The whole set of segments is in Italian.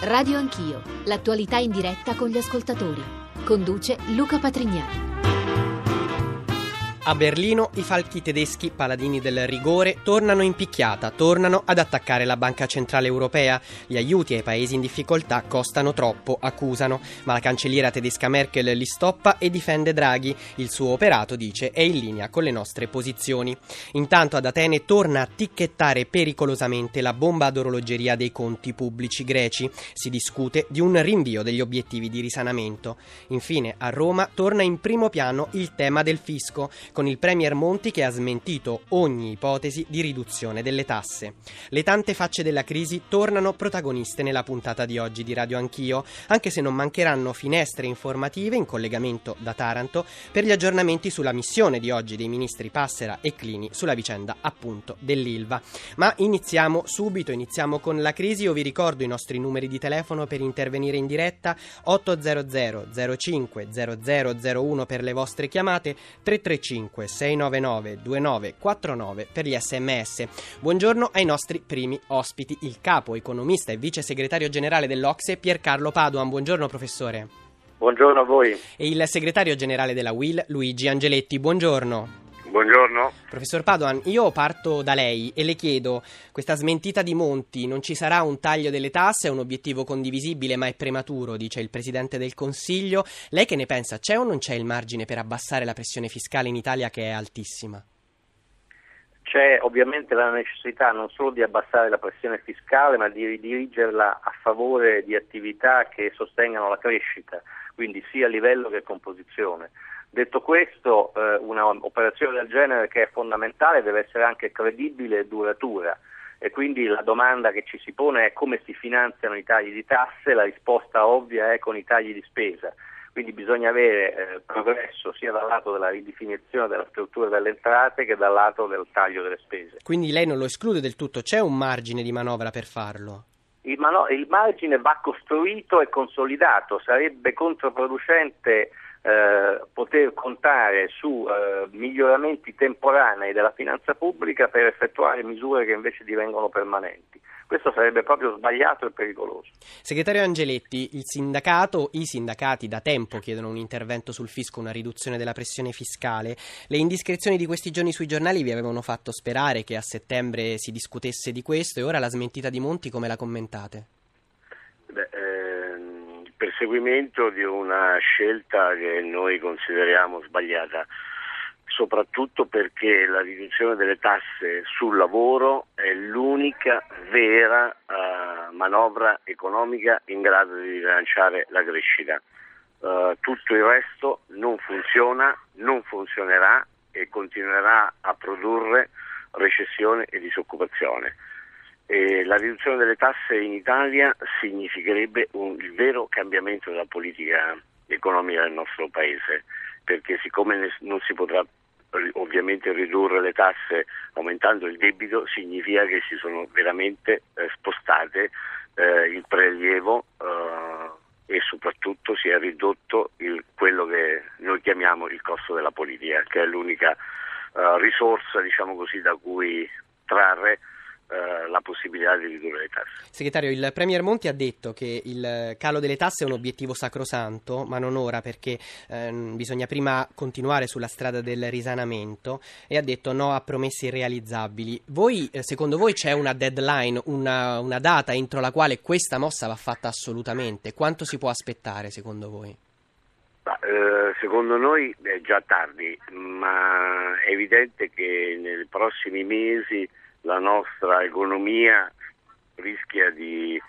Radio Anch'io, l'attualità in diretta con gli ascoltatori. Conduce Luca Patrignani. A Berlino i falchi tedeschi, paladini del rigore, tornano in picchiata, tornano ad attaccare la Banca Centrale Europea. Gli aiuti ai paesi in difficoltà costano troppo, accusano. Ma la cancelliera tedesca Merkel li stoppa e difende Draghi. Il suo operato, dice, è in linea con le nostre posizioni. Intanto ad Atene torna a ticchettare pericolosamente la bomba ad orologeria dei conti pubblici greci. Si discute di un rinvio degli obiettivi di risanamento. Infine, a Roma torna in primo piano il tema del fisco, con il premier Monti che ha smentito ogni ipotesi di riduzione delle tasse. Le tante facce della crisi tornano protagoniste nella puntata di oggi di Radio Anch'io, anche se non mancheranno finestre informative in collegamento da Taranto per gli aggiornamenti sulla missione di oggi dei ministri Passera e Clini sulla vicenda appunto dell'Ilva. Ma iniziamo con la crisi. Io vi ricordo i nostri numeri di telefono per intervenire in diretta: 800 05 0001 per le vostre chiamate, 335 699 2949 per gli SMS. Buongiorno ai nostri primi ospiti, il capo economista e vice segretario generale dell'Ocse Piercarlo Padoan. Buongiorno professore. Buongiorno a voi. E il segretario generale della UIL Luigi Angeletti. Buongiorno. Buongiorno. Professor Padoan, io parto da lei e le chiedo: questa smentita di Monti, non ci sarà un taglio delle tasse, è un obiettivo condivisibile ma è prematuro, dice il Presidente del Consiglio. Lei che ne pensa? C'è o non c'è il margine per abbassare la pressione fiscale in Italia, che è altissima? C'è ovviamente la necessità non solo di abbassare la pressione fiscale, ma di ridirigerla a favore di attività che sostengano la crescita, quindi sia a livello che composizione. Detto questo, una operazione del genere, che è fondamentale, deve essere anche credibile e duratura, e quindi la domanda che ci si pone è come si finanziano i tagli di tasse. La risposta ovvia è con i tagli di spesa. Quindi bisogna avere progresso sia dal lato della ridefinizione della struttura delle entrate che dal lato del taglio delle spese. Quindi lei non lo esclude del tutto, c'è un margine di manovra per farlo? Il margine va costruito e consolidato. Sarebbe controproducente poter contare su miglioramenti temporanei della finanza pubblica per effettuare misure che invece divengono permanenti. Questo sarebbe proprio sbagliato e pericoloso. Segretario Angeletti, i sindacati da tempo chiedono un intervento sul fisco, una riduzione della pressione fiscale. Le indiscrezioni di questi giorni sui giornali vi avevano fatto sperare che a settembre si discutesse di questo, e ora la smentita di Monti come la commentate? Il perseguimento di una scelta che noi consideriamo sbagliata, soprattutto perché la riduzione delle tasse sul lavoro è l'unica vera manovra economica in grado di rilanciare la crescita. Tutto il resto non funziona, non funzionerà e continuerà a produrre recessione e disoccupazione. La riduzione delle tasse in Italia significherebbe il vero cambiamento della politica economica del nostro Paese, perché siccome non si potrà ovviamente ridurre le tasse aumentando il debito, significa che si sono veramente spostate il prelievo e soprattutto si è ridotto quello che noi chiamiamo il costo della politica, che è l'unica risorsa, diciamo così, da cui trarre la possibilità di ridurre le tasse. Segretario, il Premier Monti ha detto che il calo delle tasse è un obiettivo sacrosanto, ma non ora, perché bisogna prima continuare sulla strada del risanamento, e ha detto no a promesse irrealizzabili. Secondo voi c'è una deadline, una data entro la quale questa mossa va fatta assolutamente? Quanto si può aspettare secondo voi? Secondo noi è già tardi, ma è evidente che nei prossimi mesi la nostra economia rischia di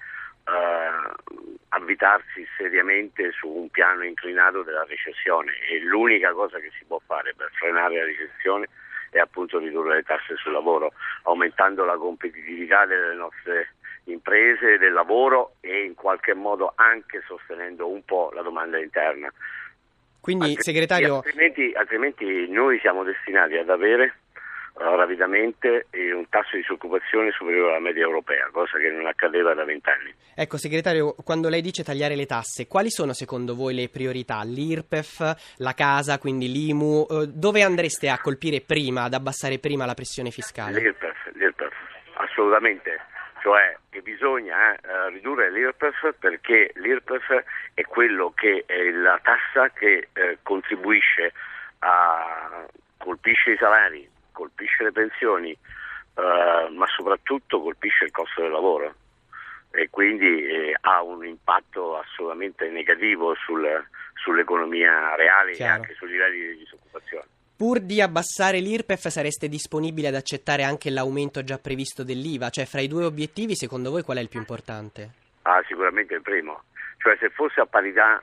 avvitarsi seriamente su un piano inclinato della recessione, e l'unica cosa che si può fare per frenare la recessione è appunto ridurre le tasse sul lavoro, aumentando la competitività delle nostre imprese, del lavoro, e in qualche modo anche sostenendo un po' la domanda interna. Quindi, segretario, altrimenti noi siamo destinati ad avere rapidamente un tasso di disoccupazione superiore alla media europea, cosa che non accadeva da 20 anni. Ecco, segretario, quando lei dice tagliare le tasse, quali sono secondo voi le priorità? L'IRPEF, la casa, quindi l'IMU, dove andreste a colpire prima, ad abbassare prima la pressione fiscale? L'IRPEF, assolutamente. cioè che bisogna ridurre l'IRPEF, perché l'IRPEF è quello che è la tassa che contribuisce colpisce i salari, colpisce le pensioni, ma soprattutto colpisce il costo del lavoro e quindi ha un impatto assolutamente negativo sull'economia reale. Chiaro. E anche sui livelli di disoccupazione. Pur di abbassare l'IRPEF, sareste disponibili ad accettare anche l'aumento già previsto dell'IVA? Cioè, fra i due obiettivi, secondo voi qual è il più importante? Sicuramente il primo, cioè se fosse a parità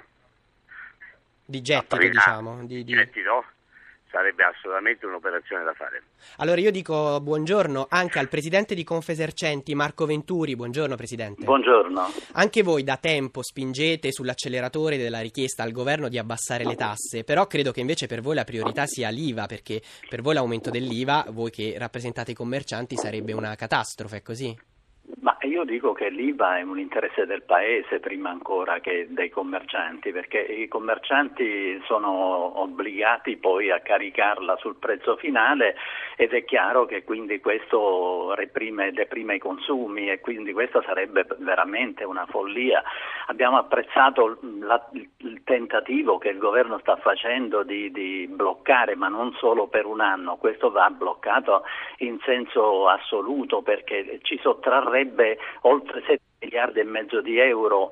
Di gettito, diciamo. Gettito, sarebbe assolutamente un'operazione da fare. Allora io dico buongiorno anche al presidente di Confesercenti, Marco Venturi. Buongiorno Presidente. Buongiorno. Anche voi da tempo spingete sull'acceleratore della richiesta al governo di abbassare le tasse, però credo che invece per voi la priorità sia l'IVA, perché per voi l'aumento dell'IVA, voi che rappresentate i commercianti, sarebbe una catastrofe, è così? Ma io dico che l'IVA è un interesse del Paese prima ancora che dei commercianti, perché i commercianti sono obbligati poi a caricarla sul prezzo finale ed è chiaro che quindi questo deprime i consumi e quindi questa sarebbe veramente una follia. Abbiamo apprezzato il tentativo che il governo sta facendo di bloccare, ma non solo per un anno, questo va bloccato in senso assoluto perché ci sottrarrebbe oltre 7 miliardi e mezzo di euro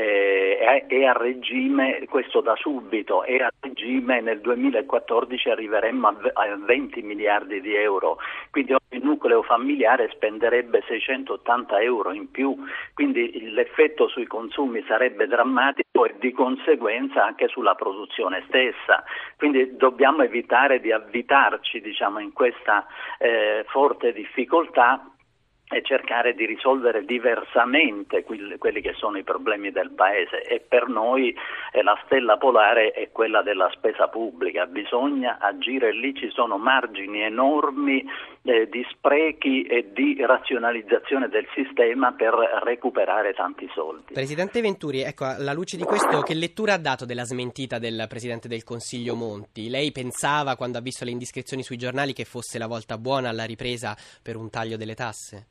e a regime, questo da subito, e a regime nel 2014 arriveremmo a 20 miliardi di euro, quindi ogni nucleo familiare spenderebbe 680 euro in più, quindi l'effetto sui consumi sarebbe drammatico e di conseguenza anche sulla produzione stessa, quindi dobbiamo evitare di avvitarci in questa forte difficoltà e cercare di risolvere diversamente quelli che sono i problemi del Paese e per noi la stella polare è quella della spesa pubblica, bisogna agire lì, ci sono margini enormi di sprechi e di razionalizzazione del sistema per recuperare tanti soldi. Presidente Venturi, ecco, alla luce di questo, che lettura ha dato della smentita del Presidente del Consiglio Monti? Lei pensava, quando ha visto le indiscrezioni sui giornali, che fosse la volta buona alla ripresa per un taglio delle tasse?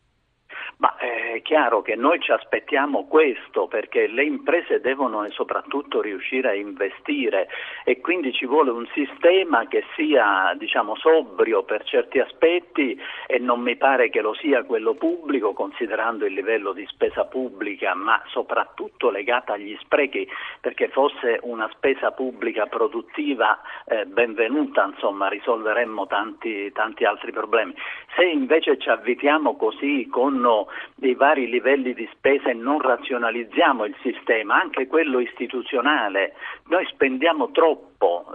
Ma è chiaro che noi ci aspettiamo questo perché le imprese devono soprattutto riuscire a investire e quindi ci vuole un sistema che sia sobrio per certi aspetti e non mi pare che lo sia quello pubblico considerando il livello di spesa pubblica ma soprattutto legata agli sprechi, perché fosse una spesa pubblica produttiva benvenuta, risolveremmo tanti altri problemi. Se invece ci avvitiamo così con dei vari livelli di spesa e non razionalizziamo il sistema, anche quello istituzionale, noi spendiamo troppo,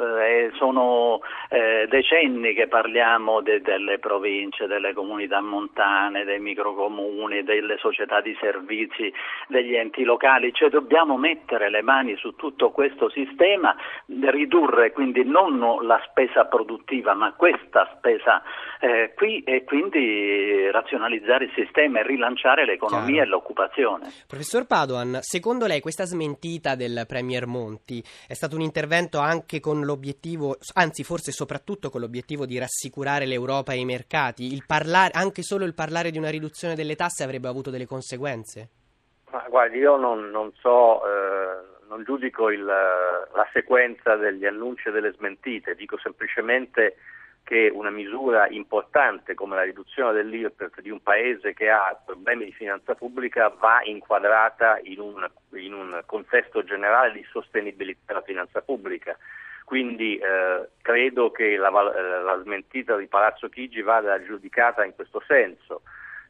sono decenni che parliamo delle province, delle comunità montane, dei microcomuni, delle società di servizi, degli enti locali, cioè dobbiamo mettere le mani su tutto questo sistema, ridurre quindi non la spesa produttiva ma questa spesa qui e quindi razionalizzare il sistema e rilanciare l'economia e l'occupazione. Professor Padoan, secondo lei questa smentita del Premier Monti è stato un intervento anche con l'obiettivo, anzi forse soprattutto con l'obiettivo di rassicurare l'Europa e i mercati? Anche solo il parlare di una riduzione delle tasse avrebbe avuto delle conseguenze? Ma guardi, io non so, non giudico la sequenza degli annunci e delle smentite, dico semplicemente che una misura importante come la riduzione dell'IRPEF di un paese che ha problemi di finanza pubblica va inquadrata in un contesto generale di sostenibilità della finanza pubblica. Quindi credo che la smentita di Palazzo Chigi vada giudicata in questo senso,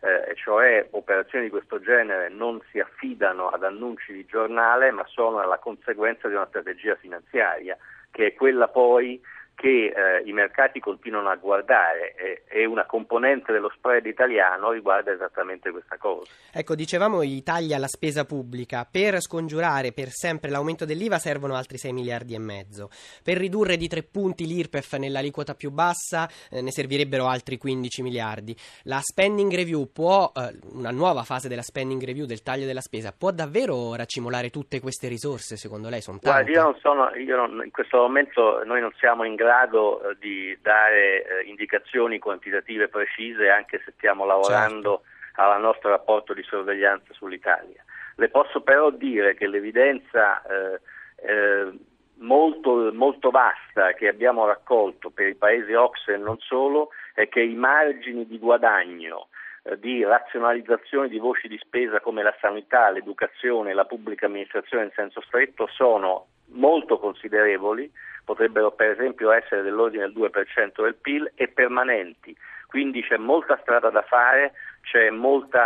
cioè operazioni di questo genere non si affidano ad annunci di giornale ma sono la conseguenza di una strategia finanziaria che è quella poi che i mercati continuano a guardare e una componente dello spread italiano riguarda esattamente questa cosa. Ecco, dicevamo i tagli alla spesa pubblica. Per scongiurare per sempre l'aumento dell'IVA servono altri 6 miliardi e mezzo. Per ridurre di 3 punti l'IRPEF nell'aliquota più bassa ne servirebbero altri 15 miliardi. La spending review una nuova fase della spending review del taglio della spesa può davvero racimolare tutte queste risorse? Secondo lei sono tante? Guardi, in questo momento noi non siamo in grado di dare indicazioni quantitative precise, anche se stiamo lavorando al nostro rapporto di sorveglianza sull'Italia. Le posso però dire che l'evidenza molto, molto vasta che abbiamo raccolto per i paesi OCSE e non solo è che i margini di guadagno di razionalizzazione di voci di spesa come la sanità, l'educazione, la pubblica amministrazione in senso stretto sono molto considerevoli, potrebbero per esempio essere dell'ordine del 2% del PIL e permanenti, quindi c'è molta strada da fare, c'è molto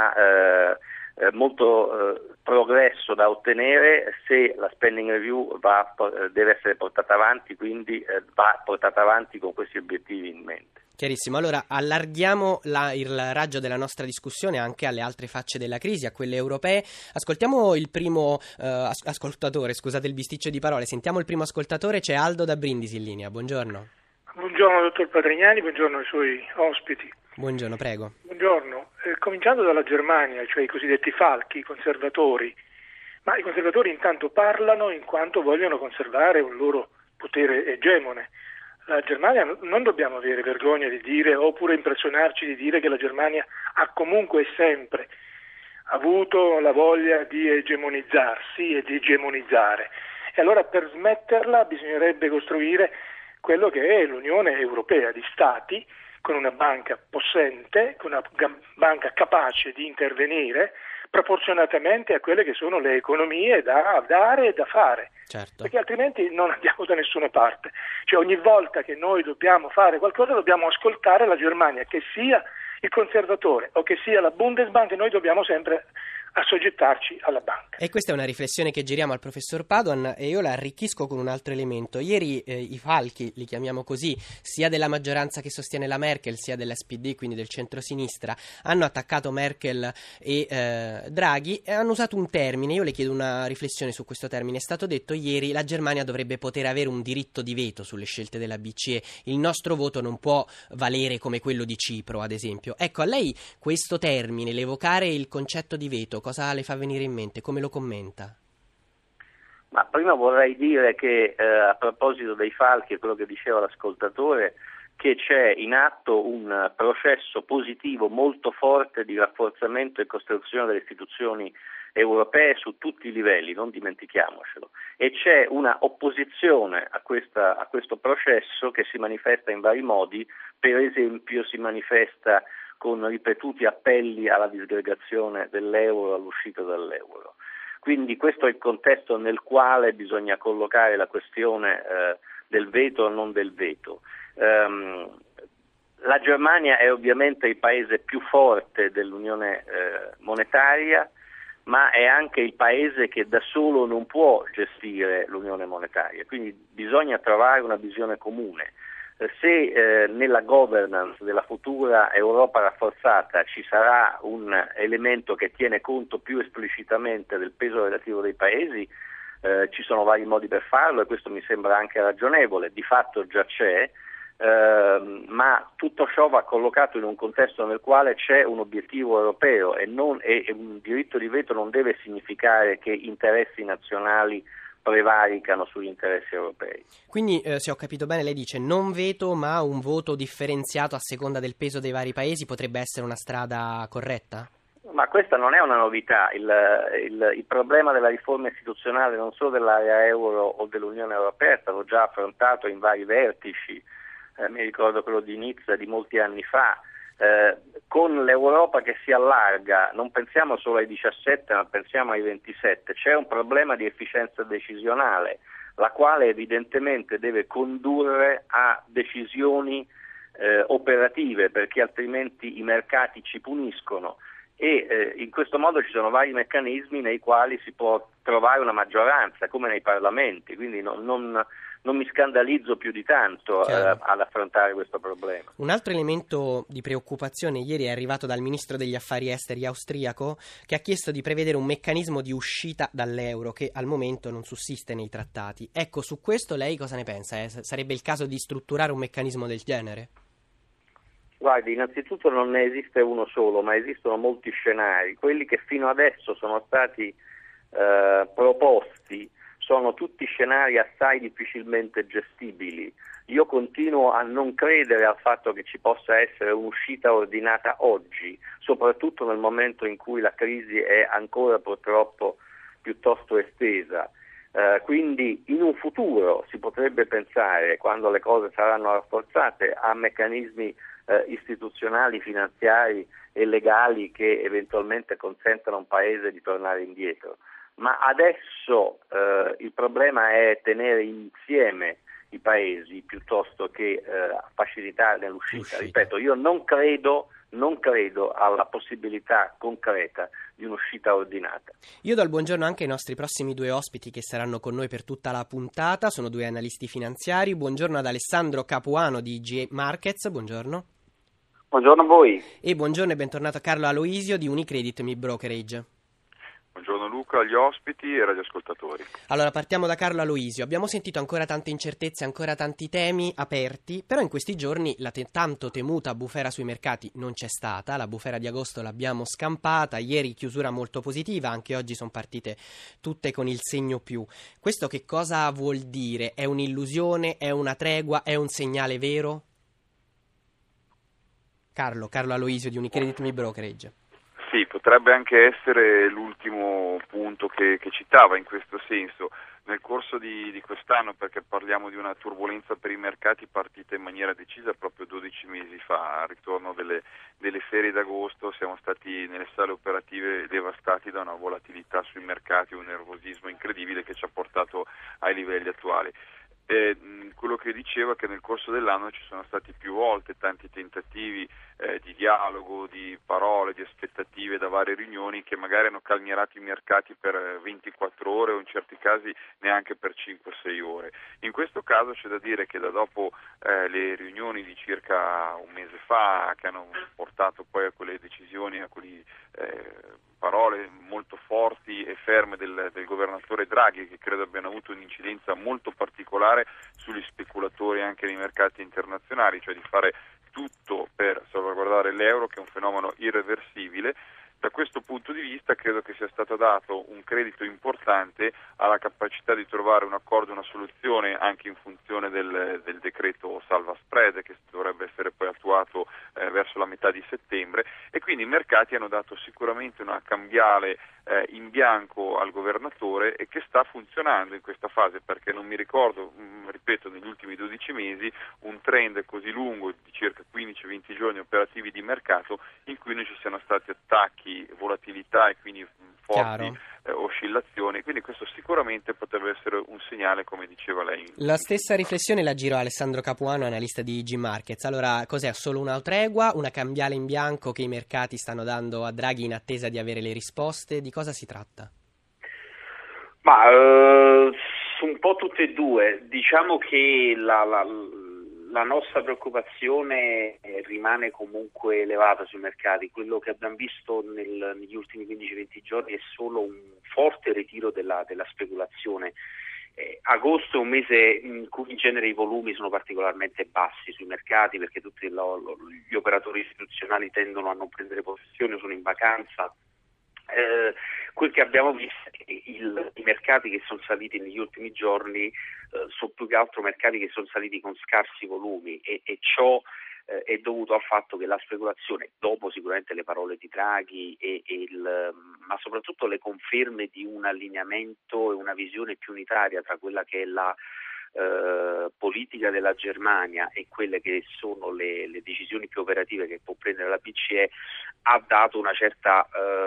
progresso da ottenere se la spending review deve essere portata avanti, quindi va portata avanti con questi obiettivi in mente. Chiarissimo, allora allarghiamo il raggio della nostra discussione anche alle altre facce della crisi, a quelle europee. Ascoltiamo il primo ascoltatore, scusate il bisticcio di parole, sentiamo il primo ascoltatore, c'è Aldo da Brindisi in linea, buongiorno. Buongiorno dottor Patrignani, buongiorno ai suoi ospiti. Buongiorno, prego. Buongiorno, cominciando dalla Germania, cioè i cosiddetti falchi, i conservatori, ma i conservatori intanto parlano in quanto vogliono conservare un loro potere egemone. La Germania, non dobbiamo avere vergogna di dire, oppure impressionarci di dire che la Germania ha comunque e sempre avuto la voglia di egemonizzarsi e di egemonizzare. E allora per smetterla bisognerebbe costruire quello che è l'Unione Europea di Stati, con una banca possente, con una banca capace di intervenire proporzionatamente a quelle che sono le economie da dare e da fare. Certo. Perché altrimenti non andiamo da nessuna parte. Cioè ogni volta che noi dobbiamo fare qualcosa dobbiamo ascoltare la Germania, che sia il conservatore o che sia la Bundesbank, noi dobbiamo sempre assoggettarci alla banca. E questa è una riflessione che giriamo al professor Padoan e io la arricchisco con un altro elemento. Ieri i falchi, li chiamiamo così, sia della maggioranza che sostiene la Merkel sia dell'SPD, quindi del centrosinistra, hanno attaccato Merkel e Draghi e hanno usato un termine. Io le chiedo una riflessione su questo termine. È stato detto ieri la Germania dovrebbe poter avere un diritto di veto sulle scelte della BCE, il nostro voto non può valere come quello di Cipro ad esempio. Ecco, a lei questo termine, l'evocare il concetto di veto, cosa le fa venire in mente? Come lo commenta? Ma prima vorrei dire che a proposito dei falchi e quello che diceva l'ascoltatore, che c'è in atto un processo positivo molto forte di rafforzamento e costruzione delle istituzioni europee su tutti i livelli, non dimentichiamocelo, e c'è una opposizione a questo processo che si manifesta in vari modi, per esempio si manifesta con ripetuti appelli alla disgregazione dell'euro, all'uscita dall'euro. Quindi questo è il contesto nel quale bisogna collocare la questione del veto o non del veto. La Germania è ovviamente il paese più forte dell'Unione monetaria, ma è anche il paese che da solo non può gestire l'Unione monetaria, quindi bisogna trovare una visione comune. Se nella governance della futura Europa rafforzata ci sarà un elemento che tiene conto più esplicitamente del peso relativo dei paesi, ci sono vari modi per farlo e questo mi sembra anche ragionevole, di fatto già c'è, ma tutto ciò va collocato in un contesto nel quale c'è un obiettivo europeo e un diritto di veto non deve significare che interessi nazionali prevaricano sugli interessi europei. Quindi, se ho capito bene, lei dice non veto ma un voto differenziato a seconda del peso dei vari paesi potrebbe essere una strada corretta? Ma questa non è una novità, il problema della riforma istituzionale non solo dell'area euro o dell'Unione Europea è stato già affrontato in vari vertici, mi ricordo quello di Nizza di molti anni fa. Con l'Europa che si allarga, non pensiamo solo ai 17 ma pensiamo ai 27, c'è un problema di efficienza decisionale, la quale evidentemente deve condurre a decisioni operative, perché altrimenti i mercati ci puniscono e in questo modo ci sono vari meccanismi nei quali si può trovare una maggioranza, come nei parlamenti, quindi non mi scandalizzo più di tanto ad affrontare questo problema. Un altro elemento di preoccupazione ieri è arrivato dal ministro degli affari esteri austriaco, che ha chiesto di prevedere un meccanismo di uscita dall'euro che al momento non sussiste nei trattati. Ecco, su questo lei cosa ne pensa? Sarebbe il caso di strutturare un meccanismo del genere? Guardi, innanzitutto non ne esiste uno solo, ma esistono molti scenari. Quelli che fino adesso sono stati proposti sono tutti scenari assai difficilmente gestibili. Io continuo a non credere al fatto che ci possa essere un'uscita ordinata oggi, soprattutto nel momento in cui la crisi è ancora purtroppo piuttosto estesa. Quindi in un futuro si potrebbe pensare, quando le cose saranno rafforzate, a meccanismi istituzionali, finanziari e legali che eventualmente consentano a un paese di tornare indietro. Ma adesso il problema è tenere insieme i paesi piuttosto che facilitarne l'uscita. Ripeto, io non credo alla possibilità concreta di un'uscita ordinata. Io do il buongiorno anche ai nostri prossimi due ospiti che saranno con noi per tutta la puntata. Sono due analisti finanziari. Buongiorno ad Alessandro Capuano di G Markets. Buongiorno. Buongiorno a voi. E buongiorno e bentornato a Carlo Aloisio di Unicredit Mi Brokerage. Buongiorno Luca, agli ospiti e radioascoltatori. Allora partiamo da Carlo Aloisio. Abbiamo sentito ancora tante incertezze, ancora tanti temi aperti, però in questi giorni la tanto temuta bufera sui mercati non c'è stata. La bufera di agosto l'abbiamo scampata, ieri chiusura molto positiva, anche oggi sono partite tutte con il segno più. Questo che cosa vuol dire? È un'illusione? È una tregua? È un segnale vero? Carlo Aloisio di Unicredit Mi Brokerage. Sì, potrebbe anche essere l'ultimo punto che citava in questo senso. Nel corso di quest'anno, perché parliamo di una turbolenza per i mercati partita in maniera decisa proprio 12 mesi fa, al ritorno delle ferie d'agosto, siamo stati nelle sale operative devastati da una volatilità sui mercati, un nervosismo incredibile che ci ha portato ai livelli attuali. Quello che dicevo è che nel corso dell'anno ci sono stati più volte tanti tentativi di dialogo, di parole, di aspettative da varie riunioni che magari hanno calmierato i mercati per 24 ore o in certi casi neanche per 5-6 ore. In questo caso c'è da dire che da dopo le riunioni di circa un mese fa, che hanno portato poi a quelle decisioni, a quelle parole molto forti e ferme del governatore Draghi, che credo abbiano avuto un'incidenza molto particolare sugli speculatori anche nei mercati internazionali, cioè di fare tutto per salvaguardare l'euro, che è un fenomeno irreversibile. Da questo punto di vista credo che sia stato dato un credito importante alla capacità di trovare un accordo, una soluzione anche in funzione del decreto salva spread, che dovrebbe essere poi attuato verso la metà di settembre, e quindi i mercati hanno dato sicuramente una cambiale in bianco al governatore e che sta funzionando in questa fase, perché non mi ricordo, ripeto, negli ultimi 12 mesi un trend così lungo di circa 15-20 giorni operativi di mercato in cui non ci siano stati attacchi, volatilità e quindi forti oscillazioni, quindi questo sicuramente potrebbe essere un segnale, come diceva lei. La stessa riflessione la giro a Alessandro Capuano, analista di G Markets. Allora, cos'è? Solo una tregua, una cambiale in bianco che i mercati stanno dando a Draghi in attesa di avere le risposte? Di cosa si tratta? Ma un po' tutte e due. Diciamo che la nostra preoccupazione rimane comunque elevata sui mercati. Quello che abbiamo visto negli ultimi 15-20 giorni è solo un forte ritiro della speculazione. Agosto è un mese in cui in genere i volumi sono particolarmente bassi sui mercati, perché tutti gli operatori istituzionali tendono a non prendere posizione, sono in vacanza. Quel che abbiamo visto è che i mercati che sono saliti negli ultimi giorni sono più che altro mercati che sono saliti con scarsi volumi e ciò è dovuto al fatto che la speculazione, dopo sicuramente le parole di Draghi ma soprattutto le conferme di un allineamento e una visione più unitaria tra quella che è la politica della Germania e quelle che sono le decisioni più operative che può prendere la BCE, ha dato una certa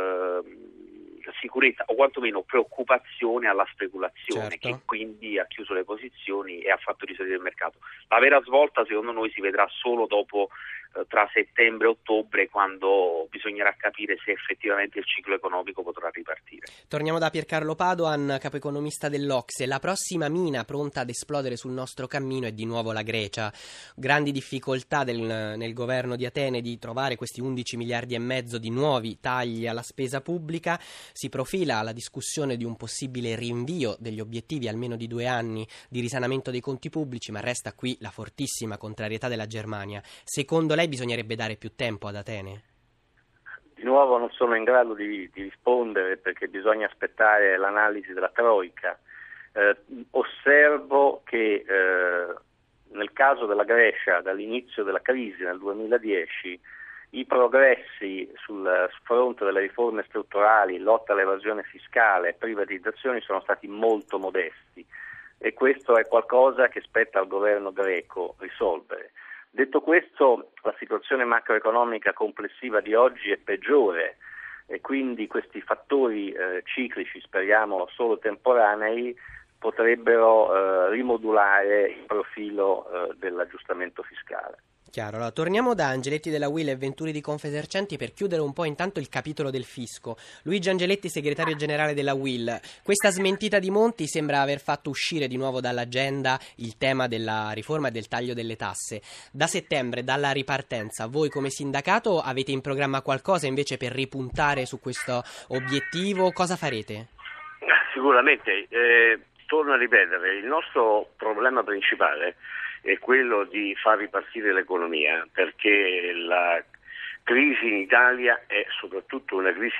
sicurezza o quantomeno preoccupazione alla speculazione, certo, che quindi ha chiuso le posizioni e ha fatto risalire il mercato. La vera svolta secondo noi si vedrà solo dopo tra settembre e ottobre, quando bisognerà capire se effettivamente il ciclo economico potrà ripartire. Torniamo da Piercarlo Padoan, capo economista dell'Ocse. La prossima mina pronta ad esplodere sul nostro cammino è di nuovo la Grecia. Grandi difficoltà nel governo di Atene di trovare questi 11 miliardi e mezzo di nuovi tagli alla spesa pubblica. Si profila la discussione di un possibile rinvio degli obiettivi almeno di 2 anni di risanamento dei conti pubblici, ma resta qui la fortissima contrarietà della Germania. Secondo lei bisognerebbe dare più tempo ad Atene? Di nuovo non sono in grado di rispondere, perché bisogna aspettare l'analisi della Troika. Osservo che nel caso della Grecia, dall'inizio della crisi nel 2010, i progressi sul fronte delle riforme strutturali, lotta all'evasione fiscale e privatizzazioni sono stati molto modesti, e questo è qualcosa che spetta al governo greco risolvere. Detto questo, la situazione macroeconomica complessiva di oggi è peggiore, e quindi questi fattori ciclici, speriamo solo temporanei, potrebbero rimodulare il profilo dell'aggiustamento fiscale. Chiaro. Allora, torniamo da Angeletti della UIL e Venturi di Confesercenti per chiudere un po' intanto il capitolo del fisco. Luigi Angeletti, segretario generale della UIL, questa smentita di Monti sembra aver fatto uscire di nuovo dall'agenda il tema della riforma e del taglio delle tasse. Da settembre, dalla ripartenza, voi come sindacato avete in programma qualcosa invece per ripuntare su questo obiettivo? Cosa farete? Sicuramente, torno a ripetere, il nostro problema principale è quello di far ripartire l'economia, perché la crisi in Italia è soprattutto una crisi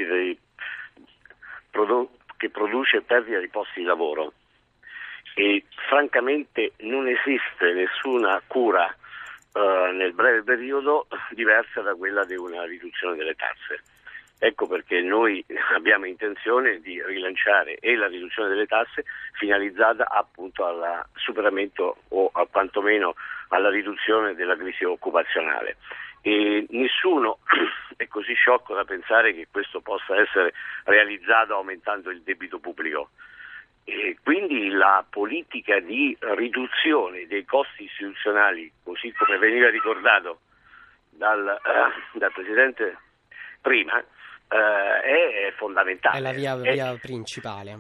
che produce perdita di posti di lavoro, e francamente non esiste nessuna cura nel breve periodo diversa da quella di una riduzione delle tasse. Ecco perché noi abbiamo intenzione di rilanciare la riduzione delle tasse finalizzata appunto al superamento o quantomeno alla riduzione della crisi occupazionale. E nessuno è così sciocco da pensare che questo possa essere realizzato aumentando il debito pubblico. E quindi la politica di riduzione dei costi istituzionali, così come veniva ricordato dal Presidente prima, è fondamentale. È la via principale.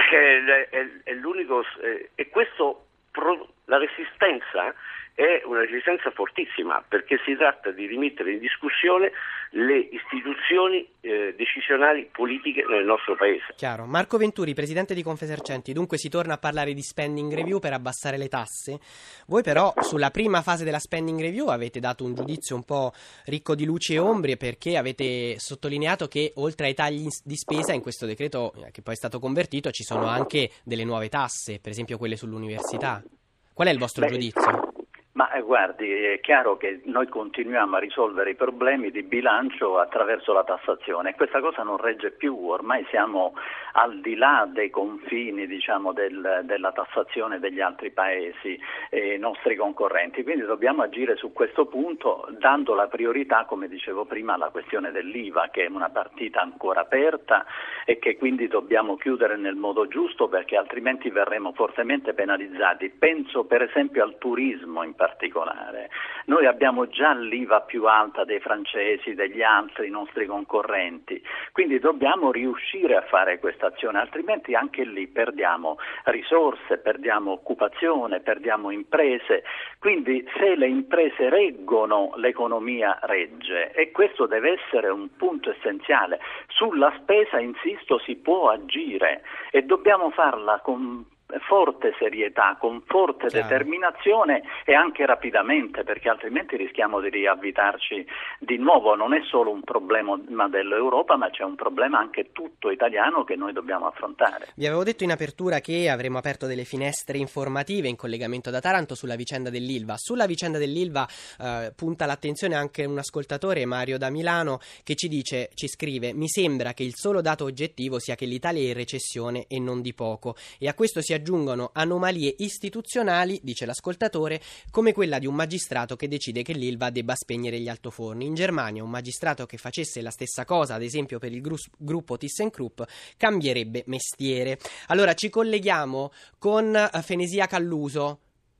È l'unico, e questo la resistenza è una resistenza fortissima, perché si tratta di rimettere in discussione le istituzioni decisionali politiche nel nostro paese. Chiaro. Marco Venturi, presidente di Confesercenti, dunque si torna a parlare di spending review per abbassare le tasse. Voi però sulla prima fase della spending review avete dato un giudizio un po' ricco di luci e ombre, perché avete sottolineato che oltre ai tagli di spesa in questo decreto che poi è stato convertito ci sono anche delle nuove tasse, per esempio quelle sull'università. Qual è il vostro giudizio? Ma guardi, è chiaro che noi continuiamo a risolvere i problemi di bilancio attraverso la tassazione, e questa cosa non regge più. Ormai siamo al di là dei confini, diciamo, della tassazione degli altri paesi e nostri concorrenti, quindi dobbiamo agire su questo punto dando la priorità, come dicevo prima, alla questione dell'IVA, che è una partita ancora aperta e che quindi dobbiamo chiudere nel modo giusto, perché altrimenti verremo fortemente penalizzati. Penso per esempio al turismo in particolare. Noi abbiamo già l'IVA più alta dei francesi, degli altri nostri concorrenti, quindi dobbiamo riuscire a fare questa azione, altrimenti anche lì perdiamo risorse, perdiamo occupazione, perdiamo imprese. Quindi se le imprese reggono, l'economia regge, e questo deve essere un punto essenziale. Sulla spesa, insisto, si può agire e dobbiamo farla con forte serietà, con forte determinazione e anche rapidamente, perché altrimenti rischiamo di riavvitarci di nuovo. Non è solo un problema dell'Europa, ma c'è un problema anche tutto italiano che noi dobbiamo affrontare. Vi avevo detto in apertura che avremmo aperto delle finestre informative in collegamento da Taranto sulla vicenda dell'Ilva. Sulla vicenda dell'Ilva punta l'attenzione anche un ascoltatore, Mario da Milano, che ci scrive: mi sembra che il solo dato oggettivo sia che l'Italia è in recessione e non di poco, e a questo si aggiungono anomalie istituzionali, dice l'ascoltatore, come quella di un magistrato che decide che l'Ilva debba spegnere gli altoforni. In Germania un magistrato che facesse la stessa cosa, ad esempio per il gruppo ThyssenKrupp, cambierebbe mestiere. Allora ci colleghiamo con Fenisia Calluso.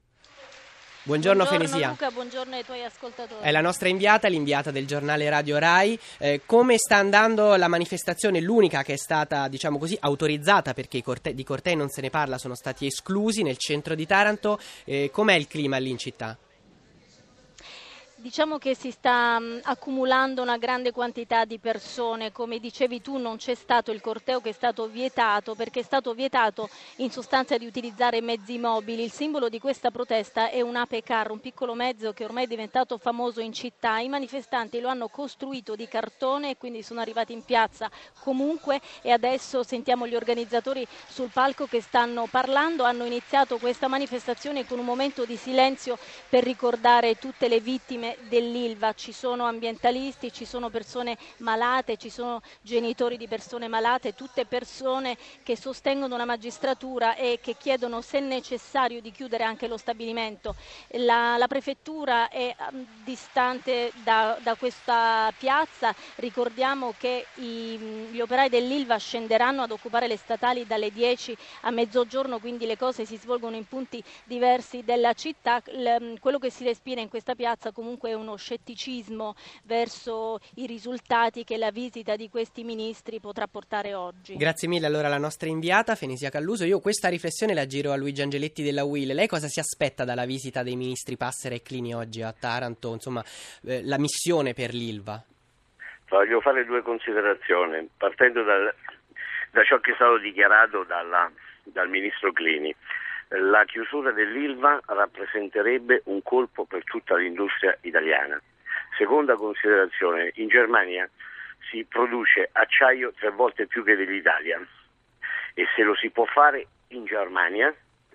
Buongiorno Fenisia. Luca, buongiorno ai tuoi ascoltatori. È la nostra l'inviata del giornale Radio Rai. Come sta andando la manifestazione, l'unica che è stata, diciamo così, autorizzata, perché di cortei non se ne parla, sono stati esclusi, nel centro di Taranto? Com'è il clima lì in città? Diciamo che si sta accumulando una grande quantità di persone, come dicevi tu non c'è stato il corteo che è stato vietato perché è stato vietato in sostanza di utilizzare mezzi mobili. Il simbolo di questa protesta è un Ape Car, un piccolo mezzo che ormai è diventato famoso in città. I manifestanti lo hanno costruito di cartone e quindi sono arrivati in piazza comunque e adesso sentiamo gli organizzatori sul palco che stanno parlando. Hanno iniziato questa manifestazione con un momento di silenzio per ricordare tutte le vittime dell'Ilva. Ci sono ambientalisti, ci sono persone malate, ci sono genitori di persone malate, tutte persone che sostengono la magistratura e che chiedono se necessario di chiudere anche lo stabilimento. La prefettura è distante da questa piazza. Ricordiamo che gli operai dell'Ilva scenderanno ad occupare le statali dalle 10 a mezzogiorno, quindi le cose si svolgono in punti diversi della città. Quello che si respira in questa piazza comunque è uno scetticismo verso i risultati che la visita di questi ministri potrà portare oggi. Grazie mille allora alla nostra inviata Fenisia Calluso. Io questa riflessione la giro a Luigi Angeletti della UIL. Lei cosa si aspetta dalla visita dei ministri Passera e Clini oggi a Taranto, insomma la missione per l'Ilva? Voglio fare due considerazioni, partendo da ciò che è stato dichiarato dal ministro Clini. La chiusura dell'Ilva rappresenterebbe un colpo per tutta l'industria italiana. Seconda considerazione, in Germania si produce acciaio 3 volte più che dell'Italia e se lo si può fare in Germania,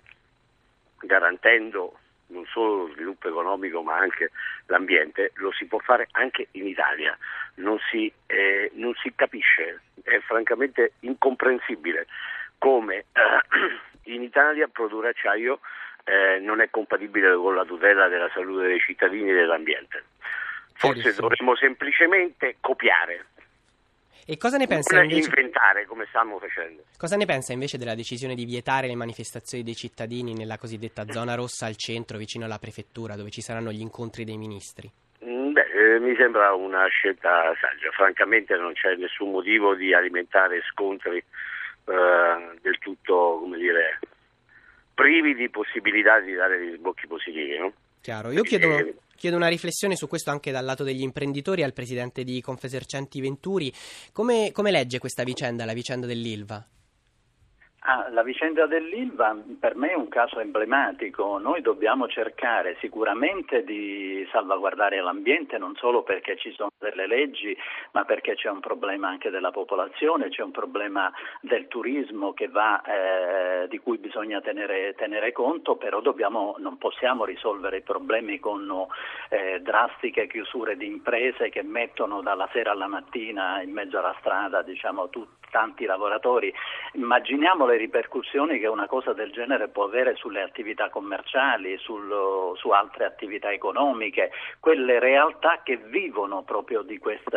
garantendo non solo lo sviluppo economico ma anche l'ambiente, lo si può fare anche in Italia. Non si capisce, è francamente incomprensibile come in Italia produrre acciaio non è compatibile con la tutela della salute dei cittadini e dell'ambiente. Forse dovremmo semplicemente copiare. E cosa ne pensa non invece... inventare come stiamo facendo. Cosa ne pensa invece della decisione di vietare le manifestazioni dei cittadini nella cosiddetta zona rossa al centro, vicino alla prefettura, dove ci saranno gli incontri dei ministri? Mi sembra una scelta saggia. Francamente non c'è nessun motivo di alimentare scontri del tutto, come dire, privi di possibilità di dare dei sbocchi positivi, no? Chiaro. Io chiedo una riflessione su questo anche dal lato degli imprenditori al presidente di Confesercenti Venturi. Come legge questa vicenda, la vicenda dell'Ilva? La vicenda dell'Ilva per me è un caso emblematico. Noi dobbiamo cercare sicuramente di salvaguardare l'ambiente, non solo perché ci sono delle leggi, ma perché c'è un problema anche della popolazione, c'è un problema del turismo che di cui bisogna tenere conto, però non possiamo risolvere i problemi con drastiche chiusure di imprese che mettono dalla sera alla mattina in mezzo alla strada, tanti lavoratori. Immaginiamo le ripercussioni che una cosa del genere può avere sulle attività commerciali, su altre attività economiche, quelle realtà che vivono proprio di questi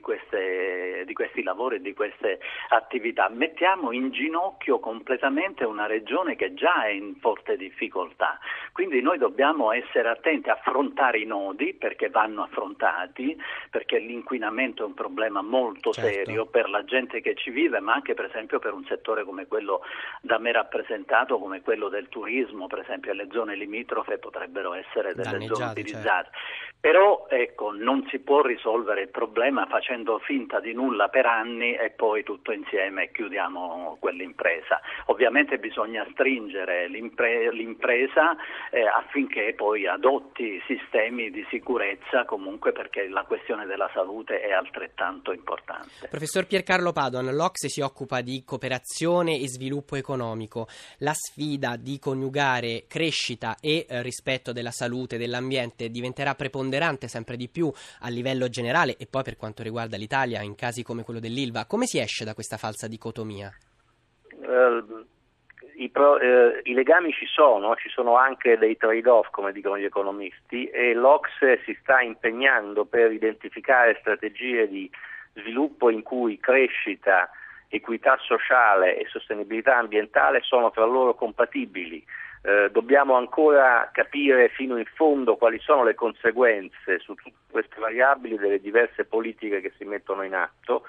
lavori, di queste attività. Mettiamo in ginocchio completamente una regione che già è in forte difficoltà. Quindi noi dobbiamo essere attenti a affrontare i nodi, perché vanno affrontati, perché l'inquinamento è un problema molto serio per la gente che ci vive, ma anche per esempio per un settore come quello da me rappresentato, come quello del turismo. Per esempio le zone limitrofe potrebbero essere delle zone utilizzate. Però non si può risolvere il problema facendo finta di nulla per anni e poi tutto insieme chiudiamo quell'impresa. Ovviamente bisogna stringere l'impresa affinché poi adotti sistemi di sicurezza, comunque, perché la questione della salute è altrettanto importante. Professor Piercarlo Padoan, l'Ocse si occupa di cooperazione e sviluppo economico. La sfida di coniugare crescita e rispetto della salute e dell'ambiente diventerà preponderante sempre di più a livello generale e poi per quanto riguarda l'Italia in casi come quello dell'Ilva. Come si esce da questa falsa dicotomia? I legami ci sono anche dei trade-off, come dicono gli economisti, e l'Ocse si sta impegnando per identificare strategie di sviluppo in cui crescita, equità sociale e sostenibilità ambientale sono tra loro compatibili. Dobbiamo ancora capire fino in fondo quali sono le conseguenze su tutte queste variabili delle diverse politiche che si mettono in atto.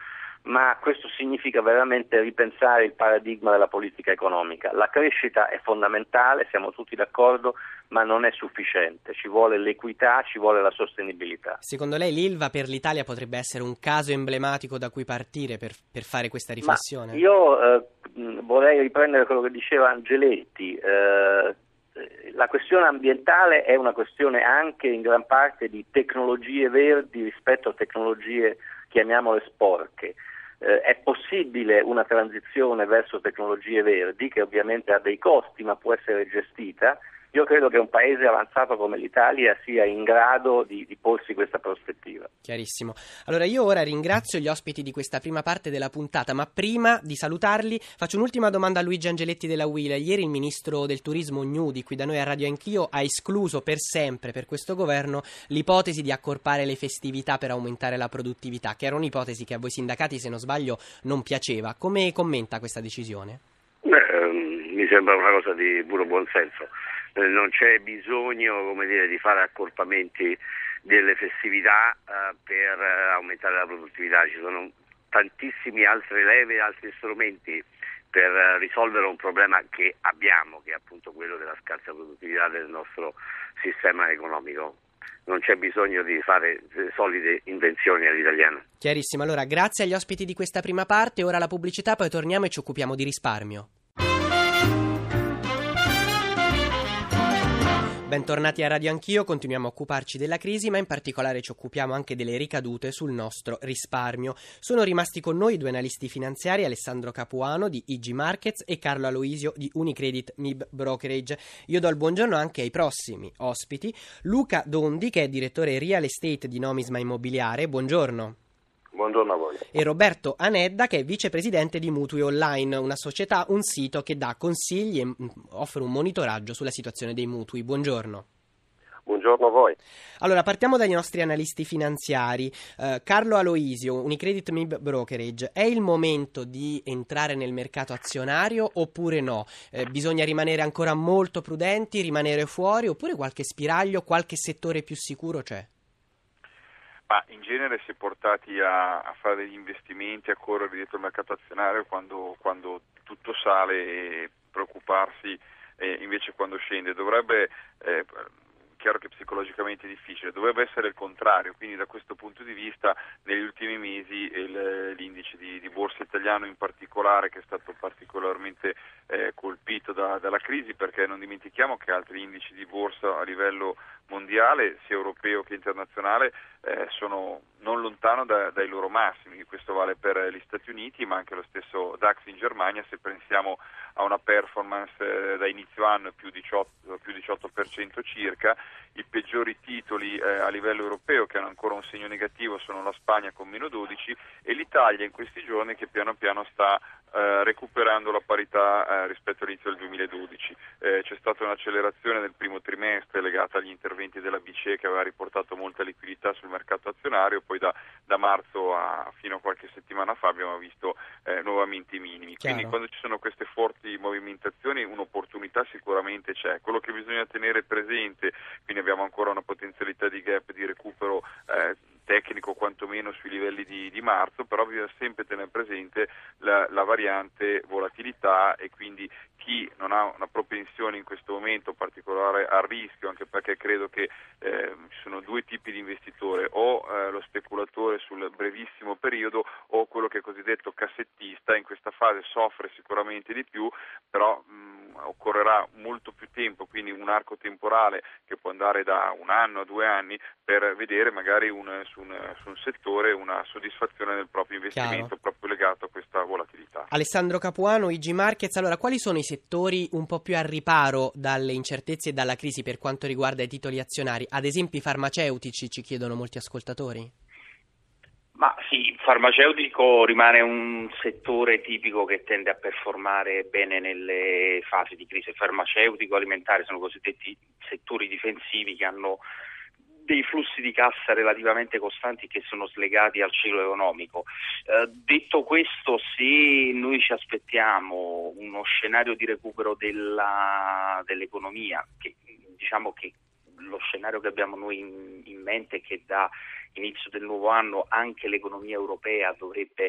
ma questo significa veramente ripensare il paradigma della politica economica. La crescita è fondamentale, siamo tutti d'accordo, ma non è sufficiente, ci vuole l'equità, ci vuole la sostenibilità. Secondo lei l'ILVA per l'Italia potrebbe essere un caso emblematico da cui partire per fare questa riflessione? Ma io vorrei riprendere quello che diceva Angeletti. La questione ambientale è una questione anche in gran parte di tecnologie verdi rispetto a tecnologie, chiamiamole sporche. È possibile una transizione verso tecnologie verdi, che ovviamente ha dei costi ma può essere gestita. Io credo che un paese avanzato come l'Italia sia in grado di porsi questa prospettiva. Chiarissimo. Allora io ora ringrazio gli ospiti di questa prima parte della puntata, ma prima di salutarli faccio un'ultima domanda a Luigi Angeletti della UIL. Ieri il ministro del turismo Gnudi, qui da noi a Radio Anch'io, ha escluso per sempre per questo governo l'ipotesi di accorpare le festività per aumentare la produttività, che era un'ipotesi che a voi sindacati, se non sbaglio, non piaceva. Come commenta questa decisione? Mi sembra una cosa di puro buonsenso. Non c'è bisogno, di fare accorpamenti delle festività per aumentare la produttività. Ci sono tantissimi altre leve, altri strumenti per risolvere un problema che abbiamo, che è appunto quello della scarsa produttività del nostro sistema economico. Non c'è bisogno di fare solide invenzioni all'italiano. Chiarissimo. Allora, grazie agli ospiti di questa prima parte. Ora la pubblicità, poi torniamo e ci occupiamo di risparmio. Bentornati a Radio Anch'io, continuiamo a occuparci della crisi, ma in particolare ci occupiamo anche delle ricadute sul nostro risparmio. Sono rimasti con noi due analisti finanziari, Alessandro Capuano di IG Markets e Carlo Aloisio di Unicredit MIB Brokerage. Io do il buongiorno anche ai prossimi ospiti, Luca Dondi, che è direttore real estate di Nomisma Immobiliare. Buongiorno. Buongiorno a voi. E Roberto Anedda, che è vicepresidente di Mutui Online, una società, un sito che dà consigli e offre un monitoraggio sulla situazione dei mutui. Buongiorno. Buongiorno a voi. Allora, partiamo dagli nostri analisti finanziari. Carlo Aloisio, Unicredit MIB Brokerage, è il momento di entrare nel mercato azionario oppure no? Bisogna rimanere ancora molto prudenti, rimanere fuori, oppure qualche spiraglio, qualche settore più sicuro c'è? Ma in genere si è portati a fare degli investimenti, a correre dietro il mercato azionario quando tutto sale e preoccuparsi invece quando scende. Dovrebbe, chiaro che psicologicamente è difficile, dovrebbe essere il contrario, quindi da questo punto di vista negli ultimi mesi l'indice di borsa italiano in particolare, che è stato particolarmente colpito dalla crisi, perché non dimentichiamo che altri indici di borsa a livello mondiale, sia europeo che internazionale, sono non lontano dai loro massimi. Questo vale per gli Stati Uniti, ma anche lo stesso DAX in Germania. Se pensiamo a una performance da inizio anno più 18% circa, i peggiori titoli a livello europeo che hanno ancora un segno negativo sono la Spagna con meno 12 e l'Italia in questi giorni che piano piano sta recuperando la parità rispetto all'inizio del 2012. C'è stata un'accelerazione nel primo trimestre legata agli interventi della BCE che aveva riportato molta liquidità sul mercato azionario, poi da marzo fino a qualche settimana fa abbiamo visto nuovamente i minimi. Chiaro. Quindi quando ci sono queste forti movimentazioni un'opportunità sicuramente c'è. Quello che bisogna tenere presente, quindi abbiamo ancora una potenzialità di gap di recupero tecnico quantomeno sui livelli di marzo, però bisogna sempre tenere presente la variante volatilità e quindi chi non ha una propensione in questo momento particolare al rischio, anche perché credo che ci sono due tipi di investitore, o lo speculatore sul brevissimo periodo o quello che è cosiddetto cassettista. In questa fase soffre sicuramente di più, però occorrerà molto più tempo, quindi un arco temporale che può andare da 1 anno a 2 anni per vedere magari su un settore una soddisfazione del proprio investimento. Chiaro. Proprio legato a questa volatilità. Alessandro Capuano, IG Markets. Allora, quali sono i settori un po' più a riparo dalle incertezze e dalla crisi per quanto riguarda i titoli azionari? Ad esempio i farmaceutici, ci chiedono molti ascoltatori. Ma sì, il farmaceutico rimane un settore tipico che tende a performare bene nelle fasi di crisi. Il farmaceutico alimentare sono cosiddetti settori difensivi che hanno dei flussi di cassa relativamente costanti che sono slegati al ciclo economico. Detto questo, se noi ci aspettiamo uno scenario di recupero dell'economia, che diciamo che lo scenario che abbiamo noi in mente è che da inizio del nuovo anno anche l'economia europea dovrebbe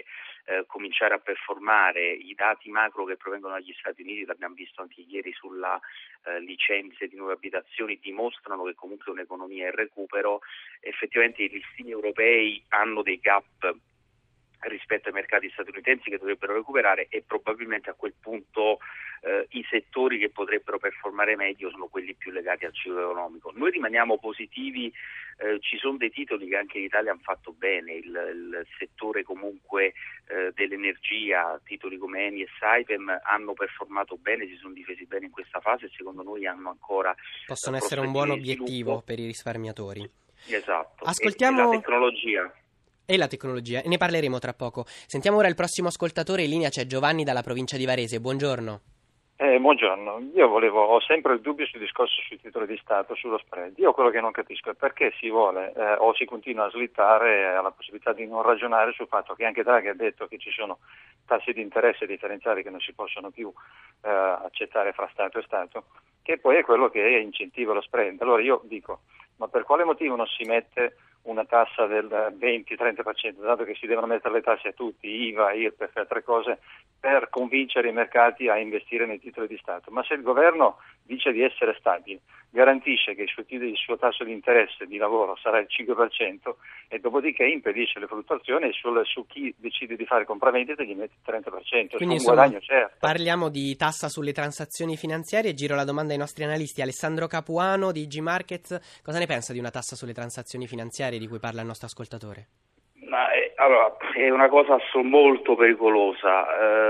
cominciare a performare. I dati macro che provengono dagli Stati Uniti, l'abbiamo visto anche ieri sulla licenze di nuove abitazioni, dimostrano che comunque un'economia è in recupero. Effettivamente i listini europei hanno dei gap rispetto ai mercati statunitensi che dovrebbero recuperare, e probabilmente a quel punto i settori che potrebbero performare meglio sono quelli più legati al ciclo economico. Noi rimaniamo positivi, ci sono dei titoli che anche in Italia hanno fatto bene, il settore comunque dell'energia, titoli come Eni e Saipem hanno performato bene, si sono difesi bene in questa fase e secondo noi hanno ancora possono essere un buon obiettivo per i risparmiatori. Esatto. Ascoltiamo e la tecnologia. E la tecnologia, e ne parleremo tra poco. Sentiamo ora il prossimo ascoltatore. In linea c'è Giovanni dalla provincia di Varese. Buongiorno. Buongiorno, io ho sempre il dubbio sul discorso sui titoli di Stato, sullo spread. Io quello che non capisco è perché si vuole o si continua a slittare alla possibilità di non ragionare sul fatto che anche Draghi ha detto che ci sono tassi di interesse differenziali che non si possono più accettare fra Stato e Stato, che poi è quello che incentiva lo spread. Allora io dico, ma per quale motivo non si mette una tassa del 20-30%, dato che si devono mettere le tasse a tutti, IVA, IRPEF e altre cose, per convincere i mercati a investire nei titoli di Stato? Ma se il governo dice di essere stabile, garantisce che il suo tasso di interesse di lavoro sarà il 5% e dopodiché impedisce le fluttuazioni, su chi decide di fare compravendite gli mette il 30%, quindi su un guadagno certo. Parliamo di tassa sulle transazioni finanziarie. Giro la domanda ai nostri analisti. Alessandro Capuano di G Markets, cosa ne pensa di una tassa sulle transazioni finanziarie di cui parla il nostro ascoltatore? Allora, è una cosa molto pericolosa.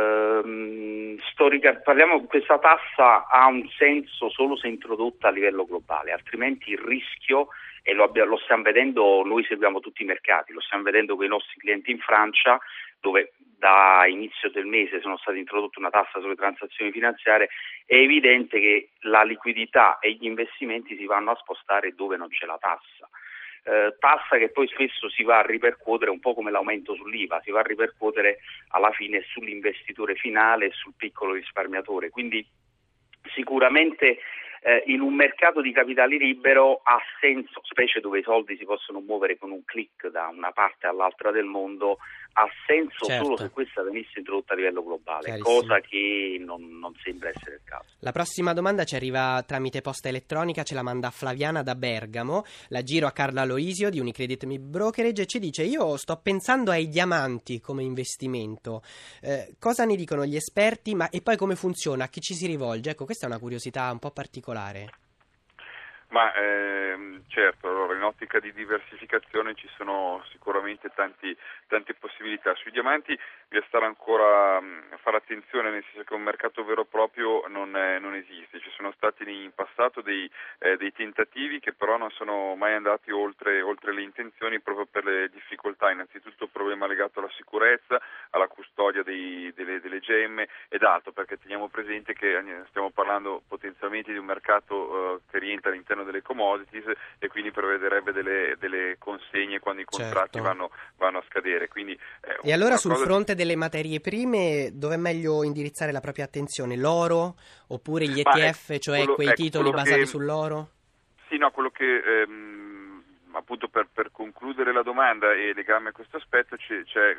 Questa tassa ha un senso solo se introdotta a livello globale, altrimenti il rischio, e lo stiamo vedendo, noi seguiamo tutti i mercati, lo stiamo vedendo con i nostri clienti in Francia, dove da inizio del mese sono stati introdotte una tassa sulle transazioni finanziarie. È evidente che la liquidità e gli investimenti si vanno a spostare dove non c'è la tassa. Tassa che poi spesso si va a ripercuotere un po' come l'aumento sull'IVA, si va a ripercuotere alla fine sull'investitore finale e sul piccolo risparmiatore. Quindi sicuramente in un mercato di capitali libero ha senso, specie dove i soldi si possono muovere con un click da una parte all'altra del mondo, ha senso solo se questa venisse introdotta a livello globale, cosa che non sembra essere il caso. La prossima domanda ci arriva tramite posta elettronica, ce la manda Flaviana da Bergamo, la giro a Carla Aloisio di Unicredit Brokerage e ci dice: io sto pensando ai diamanti come investimento, cosa ne dicono gli esperti, e poi come funziona, a chi ci si rivolge? Ecco, questa è una curiosità un po' particolare. Ma certo, allora in ottica di diversificazione ci sono sicuramente tante possibilità. Sui diamanti bisogna stare ancora a fare attenzione, nel senso che un mercato vero e proprio non esiste. Ci sono stati in passato dei tentativi che però non sono mai andati oltre le intenzioni, proprio per le difficoltà, innanzitutto il problema legato alla sicurezza, alla custodia delle gemme ed altro, perché teniamo presente che stiamo parlando potenzialmente di un mercato che rientra all'interno delle commodities e quindi prevederebbe delle consegne quando i contratti vanno a scadere. Quindi, e allora sul fronte delle materie prime dove è meglio indirizzare la propria attenzione? L'oro oppure gli ETF, cioè quei titoli basati sull'oro? Sì, no, quello che appunto per concludere la domanda e legarmi a questo aspetto c'è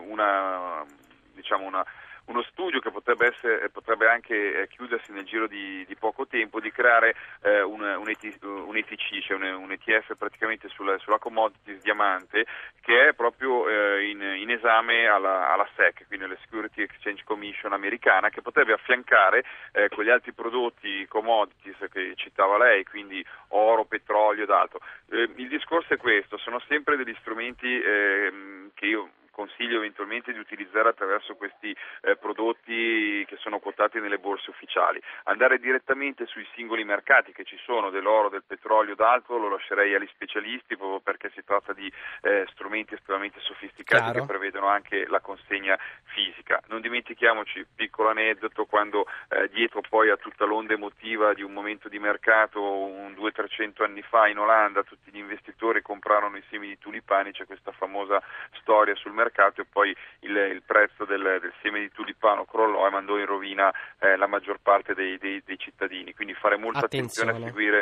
uno studio che potrebbe anche chiudersi nel giro di poco tempo, di creare un ETC, cioè un ETF praticamente sulla commodities diamante, che è proprio in esame alla SEC, quindi alla Security Exchange Commission americana, che potrebbe affiancare con gli altri prodotti commodities che citava lei, quindi oro, petrolio ed altro. Il discorso è questo: sono sempre degli strumenti che io consiglio eventualmente di utilizzare attraverso questi prodotti che sono quotati nelle borse ufficiali. Andare direttamente sui singoli mercati che ci sono, dell'oro, del petrolio, d'altro, lo lascerei agli specialisti, proprio perché si tratta di strumenti estremamente sofisticati che prevedono anche la consegna fisica. Non dimentichiamoci, piccolo aneddoto, quando dietro poi a tutta l'onda emotiva di un momento di mercato 200-300 anni fa in Olanda, tutti gli investitori comprarono i semi di tulipani, c'è questa famosa storia sul mercato e poi il prezzo del seme di tulipano crollò e mandò in rovina la maggior parte dei cittadini. Quindi fare molta attenzione a seguire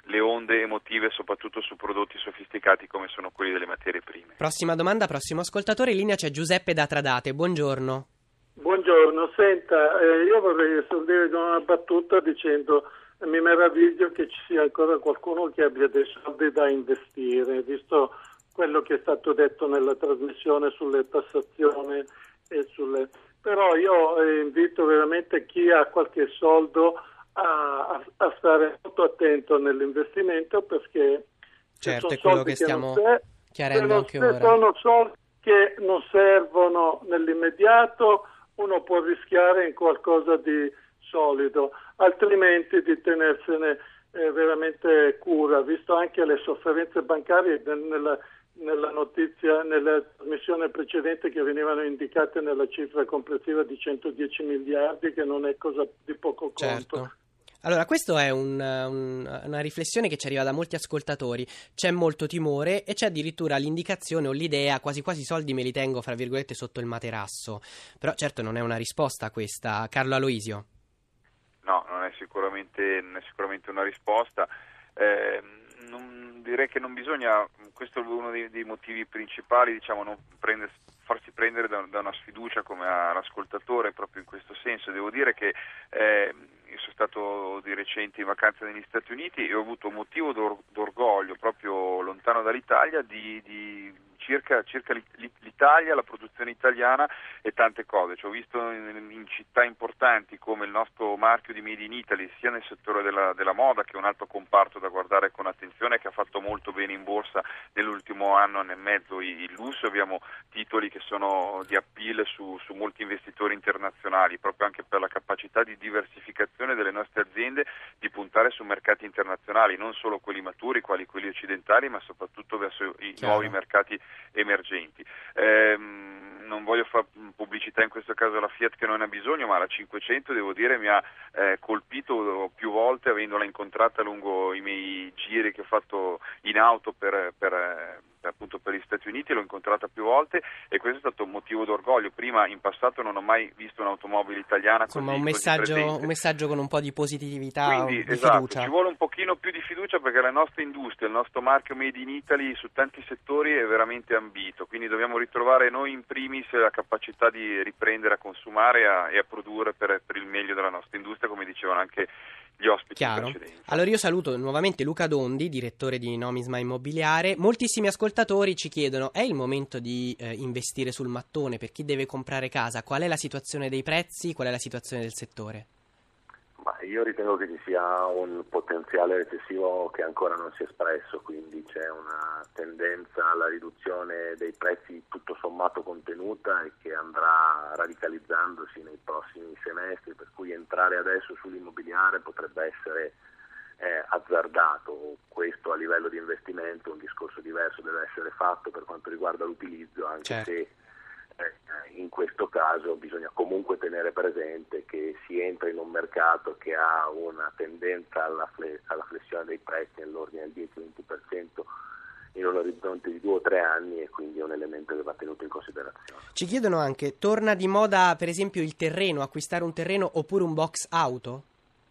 le onde emotive soprattutto su prodotti sofisticati come sono quelli delle materie prime. Prossima domanda, prossimo ascoltatore, in linea c'è Giuseppe da Tradate, buongiorno. Buongiorno, senta, io vorrei esordire con una battuta dicendo mi meraviglio che ci sia ancora qualcuno che abbia dei soldi da investire, visto quello che è stato detto nella trasmissione sulle tassazioni e però io invito veramente chi ha qualche soldo a stare molto attento nell'investimento, perché certo, è quello che stiamo chiarendo anche ora. Sono soldi che non servono nell'immediato, uno può rischiare in qualcosa di solido, altrimenti di tenersene veramente cura, visto anche le sofferenze bancarie nella notizia, nella trasmissione precedente, che venivano indicate nella cifra complessiva di 110 miliardi, che non è cosa di poco conto. Certo. Allora, questa è una riflessione che ci arriva da molti ascoltatori. C'è molto timore e c'è addirittura l'indicazione o l'idea, quasi quasi i soldi me li tengo, fra virgolette, sotto il materasso. Però certo non è una risposta a questa. Carlo Aloisio? No, non è sicuramente una risposta. Direi che non bisogna, questo è uno dei motivi principali, diciamo, non farsi prendere da una sfiducia come all'ascoltatore proprio in questo senso. Devo dire che io sono stato di recente in vacanza negli Stati Uniti e ho avuto motivo d'orgoglio proprio lontano dall'Italia circa l'Italia, la produzione italiana e tante cose. Ci ho visto in città importanti come il nostro marchio di Made in Italy, sia nel settore della moda, che è un altro comparto da guardare con attenzione, che ha fatto molto bene in borsa nell'ultimo anno e mezzo. Il lusso, abbiamo titoli che sono di appeal su molti investitori internazionali, proprio anche per la capacità di diversificazione delle nostre aziende, di puntare su mercati internazionali, non solo quelli maturi, quali quelli occidentali, ma soprattutto verso i nuovi mercati emergenti. Non voglio fare pubblicità in questo caso alla Fiat, che non ne ha bisogno, ma la 500 devo dire mi ha colpito più volte, avendola incontrata lungo i miei giri che ho fatto in auto appunto per gli Stati Uniti. L'ho incontrata più volte e questo è stato un motivo d'orgoglio. Prima, in passato, non ho mai visto un'automobile italiana così. Insomma, un messaggio con un po' di positività. Quindi, di esatto, fiducia. Ci vuole un pochino più di fiducia, perché la nostra industria, il nostro marchio Made in Italy su tanti settori è veramente ambito, quindi dobbiamo ritrovare noi in primis la capacità di riprendere a consumare e a produrre per il meglio della nostra industria, come dicevano anche gli ospiti precedenti. Allora io saluto nuovamente Luca Dondi, direttore di Nomisma Immobiliare. Moltissimi ascoltatori ci chiedono: è il momento di investire sul mattone per chi deve comprare casa? Qual è la situazione dei prezzi? Qual è la situazione del settore? Ma io ritengo che ci sia un potenziale recessivo che ancora non si è espresso, quindi c'è una tendenza alla riduzione dei prezzi tutto sommato contenuta e che andrà radicalizzandosi nei prossimi semestri, per cui entrare adesso sull'immobiliare potrebbe essere azzardato. Questo a livello di investimento, un discorso diverso deve essere fatto per quanto riguarda l'utilizzo, anche se in questo caso bisogna comunque tenere presente che si entra in un mercato che ha una tendenza alla flessione dei prezzi nell'ordine del 10-20% in un orizzonte di 2 o 3 anni, e quindi è un elemento che va tenuto in considerazione. Ci chiedono anche: torna di moda per esempio il terreno, acquistare un terreno oppure un box auto?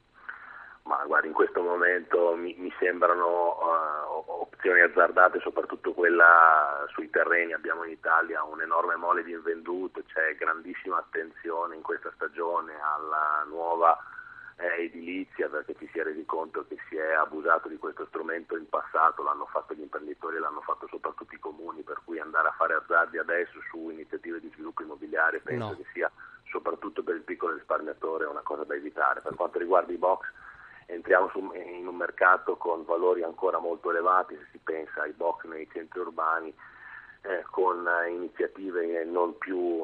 Ma guarda, in questo momento mi sembrano opzioni azzardate, soprattutto quella sui terreni. Abbiamo in Italia un enorme mole di invenduto, c'è grandissima attenzione in questa stagione alla nuova edilizia, perché ci si è resi conto che si è abusato di questo strumento in passato, l'hanno fatto gli imprenditori e l'hanno fatto soprattutto i comuni, per cui andare a fare azzardi adesso su iniziative di sviluppo immobiliare penso che sia, soprattutto per il piccolo risparmiatore, una cosa da evitare. Per quanto riguarda i box, entriamo in un mercato con valori ancora molto elevati, se si pensa ai box nei centri urbani, con iniziative non più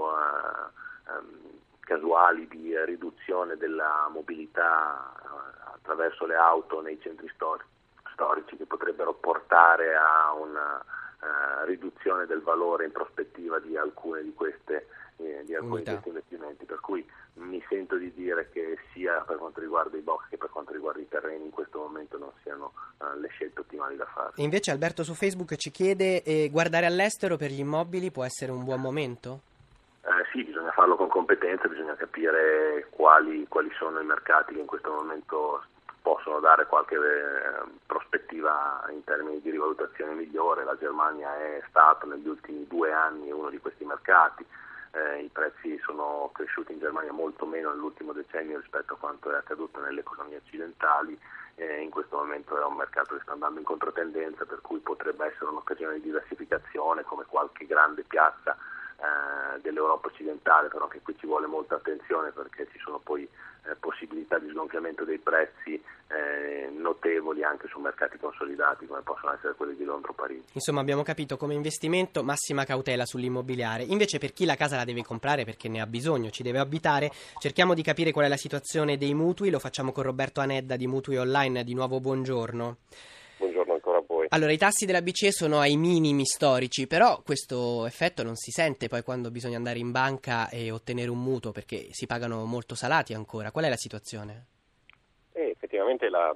casuali di riduzione della mobilità attraverso le auto nei centri storici, che potrebbero portare a una riduzione del valore in prospettiva di alcuni di questi investimenti, per cui mi sento di dire che sia per quanto riguarda i box che per quanto riguarda i terreni in questo momento non siano le scelte ottimali da fare. E invece Alberto su Facebook ci chiede: guardare all'estero per gli immobili può essere un buon momento? Sì, bisogna farlo con competenza, bisogna capire quali sono i mercati che in questo momento possono dare qualche prospettiva in termini di rivalutazione migliore. La Germania è stata negli ultimi 2 anni uno di questi mercati. I prezzi sono cresciuti in Germania molto meno nell'ultimo decennio rispetto a quanto è accaduto nelle economie occidentali. In questo momento è un mercato che sta andando in controtendenza, per cui potrebbe essere un'occasione di diversificazione come qualche grande piazza dell'Europa occidentale, però che qui ci vuole molta attenzione perché ci sono poi possibilità di sgonfiamento dei prezzi notevoli anche su mercati consolidati come possono essere quelli di Londra o Parigi. Insomma, abbiamo capito, come investimento massima cautela sull'immobiliare. Invece per chi la casa la deve comprare perché ne ha bisogno, ci deve abitare, cerchiamo di capire qual è la situazione dei mutui. Lo facciamo con Roberto Anedda di Mutui Online. Di nuovo buongiorno. Buongiorno ancora a voi. Allora, i tassi della BCE sono ai minimi storici, però questo effetto non si sente poi quando bisogna andare in banca e ottenere un mutuo, perché si pagano molto salati ancora. Qual è la situazione? Effettivamente il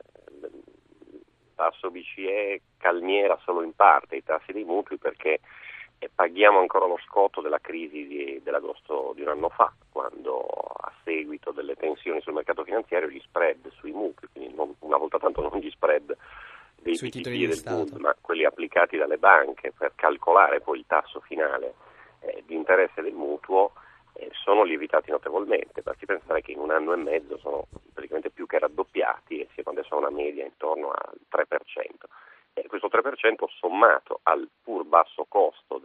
tasso BCE calmiera solo in parte i tassi dei mutui, perché paghiamo ancora lo scotto della crisi dell'agosto di un anno fa, quando a seguito delle tensioni sul mercato finanziario gli spread sui mutui, quindi una volta tanto non gli spread dei sui BTP titoli di del Stato, Bund, ma quelli applicati dalle banche per calcolare poi il tasso finale di interesse del mutuo, sono lievitati notevolmente. Basti pensare che in 1 anno e mezzo sono praticamente più che raddoppiati e siamo adesso a una media intorno al 3%. E questo 3% sommato al pur basso costo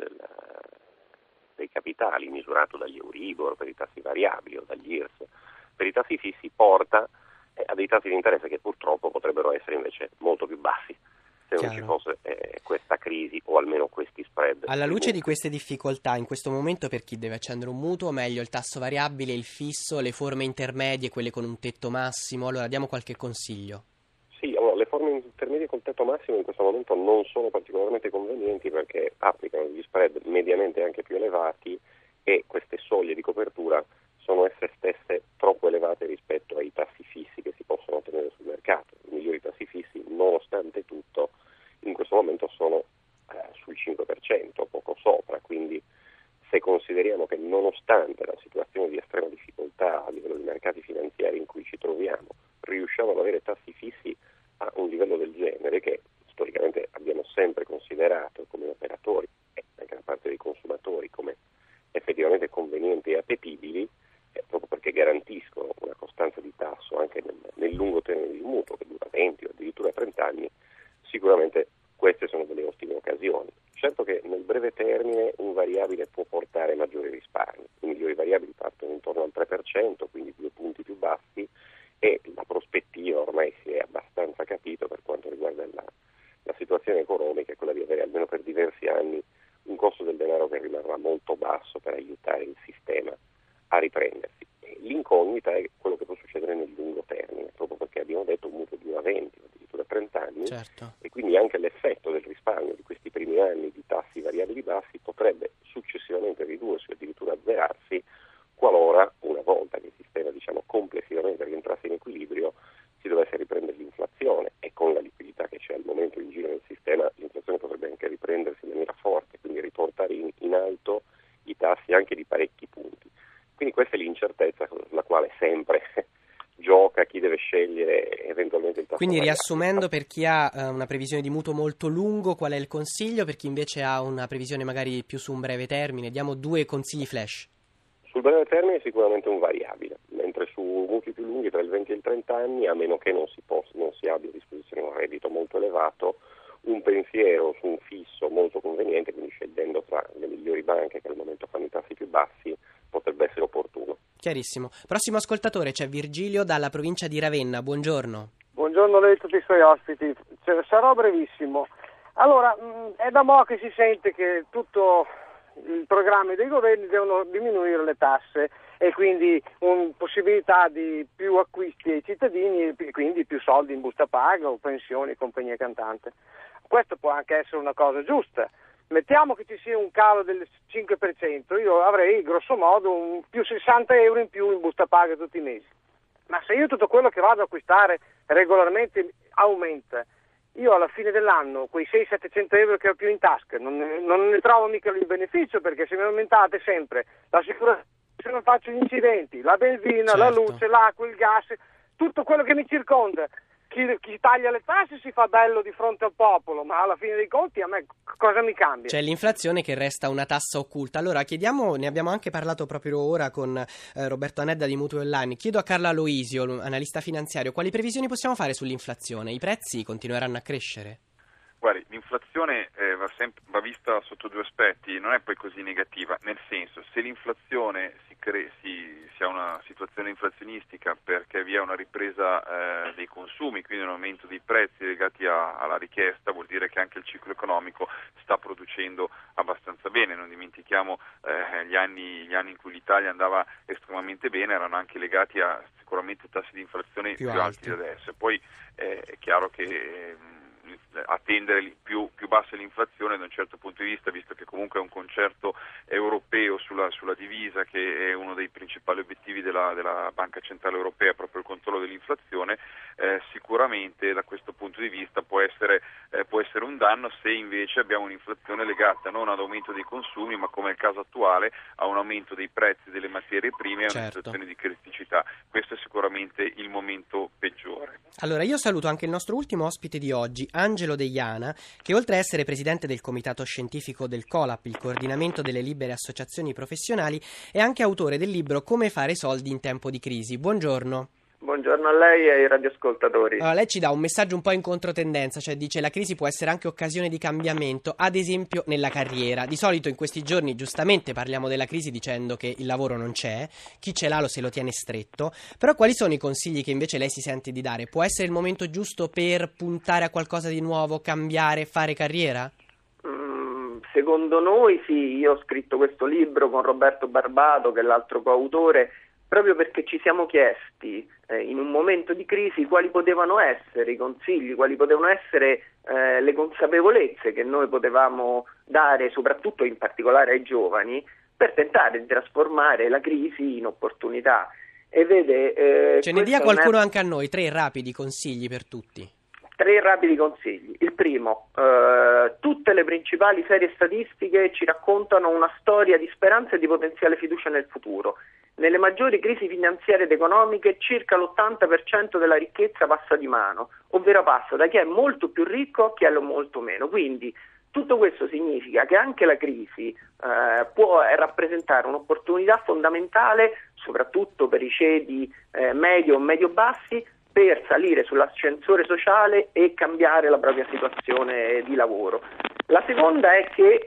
dei capitali misurato dagli Euribor per i tassi variabili o dagli IRS per i tassi fissi porta a dei tassi di interesse che purtroppo potrebbero essere invece molto più bassi se non ci fosse questa crisi o almeno questi spread. Alla luce di queste difficoltà, in questo momento per chi deve accendere un mutuo, o meglio il tasso variabile, il fisso, le forme intermedie, quelle con un tetto massimo, allora diamo qualche consiglio. Sì, allora, le forme intermedie col tetto massimo in questo momento non sono particolarmente convenienti perché applicano gli spread mediamente anche più elevati e queste soglie di copertura sono esse stesse troppo elevate rispetto ai tassi fissi che si possono ottenere sul mercato. I migliori tassi fissi, nonostante tutto, in questo momento sono sul 5%, poco sopra, quindi se consideriamo che nonostante la situazione di estrema difficoltà a livello di mercati finanziari in cui ci troviamo, riusciamo ad avere tassi fissi a un livello del genere che storicamente abbiamo sempre considerato come operatori e anche da parte dei consumatori come effettivamente convenienti e appetibili, proprio perché garantiscono una costanza di tasso anche nel lungo termine di un mutuo che dura 20 o addirittura 30 anni, sicuramente queste sono delle ottime occasioni. Certo che nel breve termine un variabile può portare maggiori risparmi, i migliori variabili partono intorno al 3%, quindi 2 punti più bassi, e la prospettiva ormai si è abbastanza capito per quanto riguarda la situazione economica, è quella di avere almeno per diversi anni un costo del denaro che rimarrà molto basso per aiutare il sistema a riprendersi. E l'incognita è quello che può succedere nel lungo termine, proprio perché abbiamo detto un mutuo dura 20 o addirittura 30 anni, certo. E quindi anche l'effetto del risparmio di questi primi anni di tassi variabili bassi potrebbe successivamente ridursi o addirittura azzerarsi qualora una volta che il sistema complessivamente rientrasse in equilibrio si dovesse riprendere l'inflazione, e con la liquidità che c'è al momento in giro nel sistema l'inflazione potrebbe anche riprendersi in maniera forte, quindi riportare in alto i tassi anche di parecchi punti. Quindi questa è l'incertezza sulla quale sempre gioca chi deve scegliere eventualmente il tasso. Quindi riassumendo, per chi ha una previsione di mutuo molto lungo, qual è il consiglio? Per chi invece ha una previsione magari più su un breve termine, diamo 2 consigli flash. Sul breve termine sicuramente un variabile, mentre su mutui più lunghi tra il 20 e il 30 anni, a meno che non si abbia a disposizione un reddito molto elevato, un pensiero su un fisso molto conveniente, quindi scegliendo tra le migliori banche che al momento fanno i tassi più bassi, potrebbe essere opportuno. Chiarissimo. Prossimo ascoltatore c'è Virgilio dalla provincia di Ravenna. Buongiorno. Buongiorno a lei e a tutti i suoi ospiti. Sarò brevissimo. Allora, è da mo' che si sente che tutto i programmi dei governi devono diminuire le tasse e quindi possibilità di più acquisti ai cittadini e quindi più soldi in busta paga o pensioni e compagnia cantante. Questo può anche essere una cosa giusta. Mettiamo che ci sia un calo del 5%, io avrei grosso modo più 60 euro in più in busta paga tutti i mesi. Ma se io tutto quello che vado ad acquistare regolarmente aumenta, io alla fine dell'anno quei 600-700 euro che ho più in tasca non ne trovo mica il beneficio, perché se mi aumentate sempre la sicurezza, se non faccio gli incidenti, la benzina, certo, la luce, l'acqua, il gas, tutto quello che mi circonda. Chi taglia le tasse si fa bello di fronte al popolo, ma alla fine dei conti a me cosa mi cambia? C'è l'inflazione che resta una tassa occulta. Allora chiediamo, ne abbiamo anche parlato proprio ora con Roberto Anedda di Mutui Online, chiedo a Carlo Aloisio, analista finanziario, quali previsioni possiamo fare sull'inflazione? I prezzi continueranno a crescere? Guardi, l'inflazione va vista sotto due aspetti, non è poi così negativa, nel senso, se l'inflazione si ha una situazione inflazionistica perché vi è una ripresa dei consumi, quindi un aumento dei prezzi legati alla richiesta, vuol dire che anche il ciclo economico sta producendo abbastanza bene. Non dimentichiamo gli anni in cui l'Italia andava estremamente bene, erano anche legati a sicuramente tassi di inflazione più alti di adesso. E poi è chiaro che attendere più bassa l'inflazione da un certo punto di vista, visto che comunque è un concerto europeo sulla divisa, che è uno dei principali obiettivi della Banca Centrale Europea, proprio il controllo dell'inflazione, sicuramente da questo punto di vista può essere un danno se invece abbiamo un'inflazione legata non ad aumento dei consumi, ma come è il caso attuale a un aumento dei prezzi delle materie prime e a una situazione di criticità. Questo è sicuramente il momento peggiore. Allora io saluto anche il nostro ultimo ospite di oggi, Angelo Deiana, che oltre a essere presidente del comitato scientifico del COLAP, il coordinamento delle libere associazioni professionali, è anche autore del libro Come fare soldi in tempo di crisi. Buongiorno. Buongiorno a lei e ai radioascoltatori. Allora, lei ci dà un messaggio un po' in controtendenza, cioè dice la crisi può essere anche occasione di cambiamento, ad esempio nella carriera. Di solito in questi giorni giustamente parliamo della crisi dicendo che il lavoro non c'è, chi ce l'ha se lo tiene stretto, però quali sono i consigli che invece lei si sente di dare? Può essere il momento giusto per puntare a qualcosa di nuovo, cambiare, fare carriera? Secondo noi sì, io ho scritto questo libro con Roberto Barbato, che è l'altro coautore, proprio perché ci siamo chiesti in un momento di crisi quali potevano essere i consigli, quali potevano essere le consapevolezze che noi potevamo dare, soprattutto in particolare ai giovani, per tentare di trasformare la crisi in opportunità. E vede, ce ne dia qualcuno anche a noi, 3 rapidi consigli per tutti. 3 rapidi consigli. Il primo, tutte le principali serie statistiche ci raccontano una storia di speranza e di potenziale fiducia nel futuro. Nelle maggiori crisi finanziarie ed economiche circa l'80% della ricchezza passa di mano, ovvero passa da chi è molto più ricco a chi è molto meno. Quindi tutto questo significa che anche la crisi può rappresentare un'opportunità fondamentale, soprattutto per i ceti medio o medio-bassi, per salire sull'ascensore sociale e cambiare la propria situazione di lavoro. La seconda è che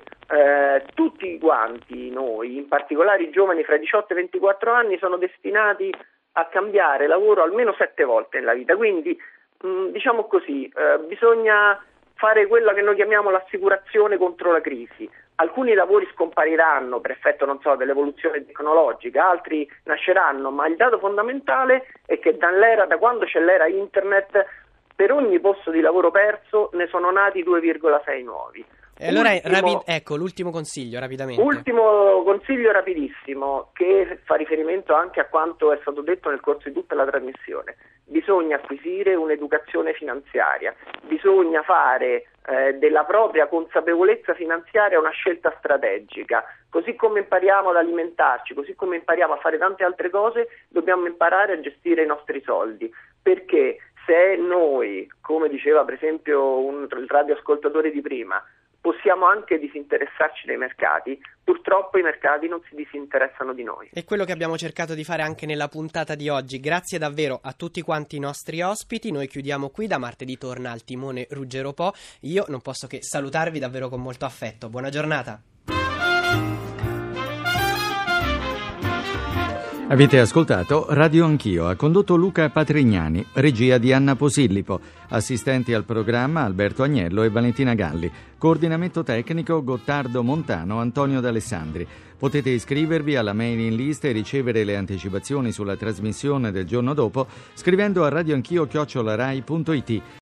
tutti quanti noi, in particolare i giovani fra i 18 e i 24 anni, sono destinati a cambiare lavoro almeno 7 volte nella vita, quindi diciamo così, bisogna fare quella che noi chiamiamo l'assicurazione contro la crisi. Alcuni lavori scompariranno per effetto, dell'evoluzione tecnologica, altri nasceranno, ma il dato fondamentale è che da quando c'è l'era internet, per ogni posto di lavoro perso ne sono nati 2,6 nuovi. E allora ecco l'ultimo consiglio rapidamente. Ultimo consiglio rapidissimo, che fa riferimento anche a quanto è stato detto nel corso di tutta la trasmissione. Bisogna acquisire un'educazione finanziaria, bisogna fare della propria consapevolezza finanziaria una scelta strategica. Così come impariamo ad alimentarci, così come impariamo a fare tante altre cose, dobbiamo imparare a gestire i nostri soldi, perché se noi, come diceva per esempio il radioascoltatore di prima, possiamo anche disinteressarci dei mercati, purtroppo i mercati non si disinteressano di noi. È quello che abbiamo cercato di fare anche nella puntata di oggi. Grazie davvero a tutti quanti i nostri ospiti. Noi chiudiamo qui, da martedì torna al timone Ruggero Po. Io non posso che salutarvi davvero con molto affetto. Buona giornata. Avete ascoltato Radio Anch'io, ha condotto Luca Patrignani, regia di Anna Posillipo, assistenti al programma Alberto Agnello e Valentina Galli, coordinamento tecnico Gottardo Montano, Antonio D'Alessandri. Potete iscrivervi alla mailing list e ricevere le anticipazioni sulla trasmissione del giorno dopo scrivendo a radioanchio@rai.it.